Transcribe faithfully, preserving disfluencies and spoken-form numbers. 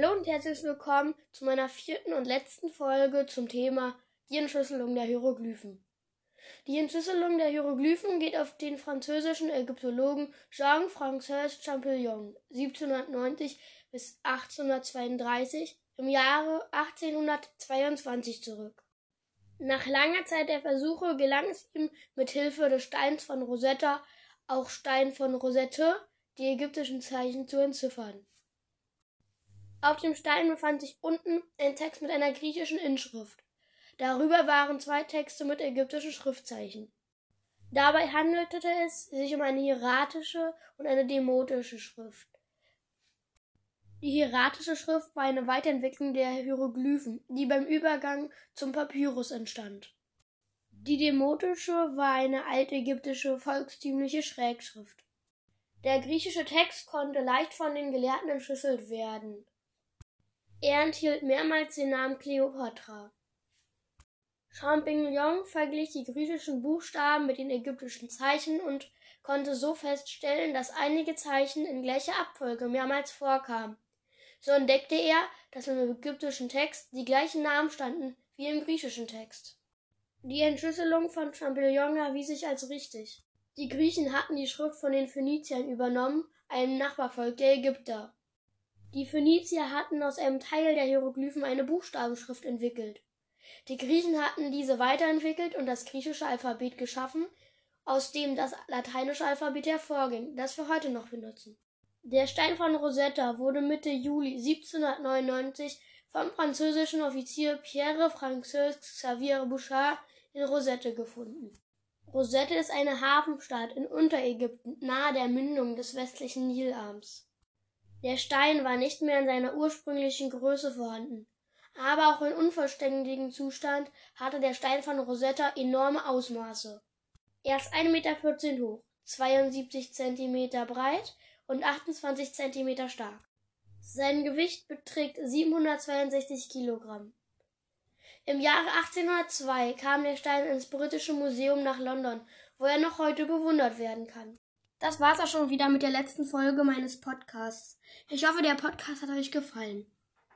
Hallo und herzlich willkommen zu meiner vierten und letzten Folge zum Thema die Entschlüsselung der Hieroglyphen. Die Entschlüsselung der Hieroglyphen geht auf den französischen Ägyptologen Jean-François Champollion siebzehnhundertneunzig bis achtzehnhundertzweiunddreißig im Jahre achtzehnhundertzweiundzwanzig zurück. Nach langer Zeit der Versuche gelang es ihm mit Hilfe des Steins von Rosetta, auch Stein von Rosette, die ägyptischen Zeichen zu entziffern. Auf dem Stein befand sich unten ein Text mit einer griechischen Inschrift. Darüber waren zwei Texte mit ägyptischen Schriftzeichen. Dabei handelte es sich um eine hieratische und eine demotische Schrift. Die hieratische Schrift war eine Weiterentwicklung der Hieroglyphen, die beim Übergang zum Papyrus entstand. Die demotische war eine altägyptische volkstümliche Schrägschrift. Der griechische Text konnte leicht von den Gelehrten entschlüsselt werden. Er enthielt mehrmals den Namen Kleopatra. Champollion verglich die griechischen Buchstaben mit den ägyptischen Zeichen und konnte so feststellen, dass einige Zeichen in gleicher Abfolge mehrmals vorkamen. So entdeckte er, dass im ägyptischen Text die gleichen Namen standen wie im griechischen Text. Die Entschlüsselung von Champollion erwies sich als richtig. Die Griechen hatten die Schrift von den Phöniziern übernommen, einem Nachbarvolk der Ägypter. Die Phönizier hatten aus einem Teil der Hieroglyphen eine Buchstabenschrift entwickelt. Die Griechen hatten diese weiterentwickelt und das griechische Alphabet geschaffen, aus dem das lateinische Alphabet hervorging, das wir heute noch benutzen. Der Stein von Rosetta wurde Mitte Juli siebzehnhundertneunundneunzig vom französischen Offizier Pierre-François Xavier Bouchard in Rosette gefunden. Rosette ist eine Hafenstadt in Unterägypten, nahe der Mündung des westlichen Nilarms. Der Stein war nicht mehr in seiner ursprünglichen Größe vorhanden, aber auch in unvollständigem Zustand hatte der Stein von Rosetta enorme Ausmaße. Er ist ein Meter vierzehn hoch, zweiundsiebzig Zentimeter breit und achtundzwanzig Zentimeter stark. Sein Gewicht beträgt siebenhundertzweiundsechzig Kilogramm. Im Jahre achtzehnhundertzwei kam der Stein ins Britische Museum nach London, wo er noch heute bewundert werden kann. Das war's auch schon wieder mit der letzten Folge meines Podcasts. Ich hoffe, der Podcast hat euch gefallen.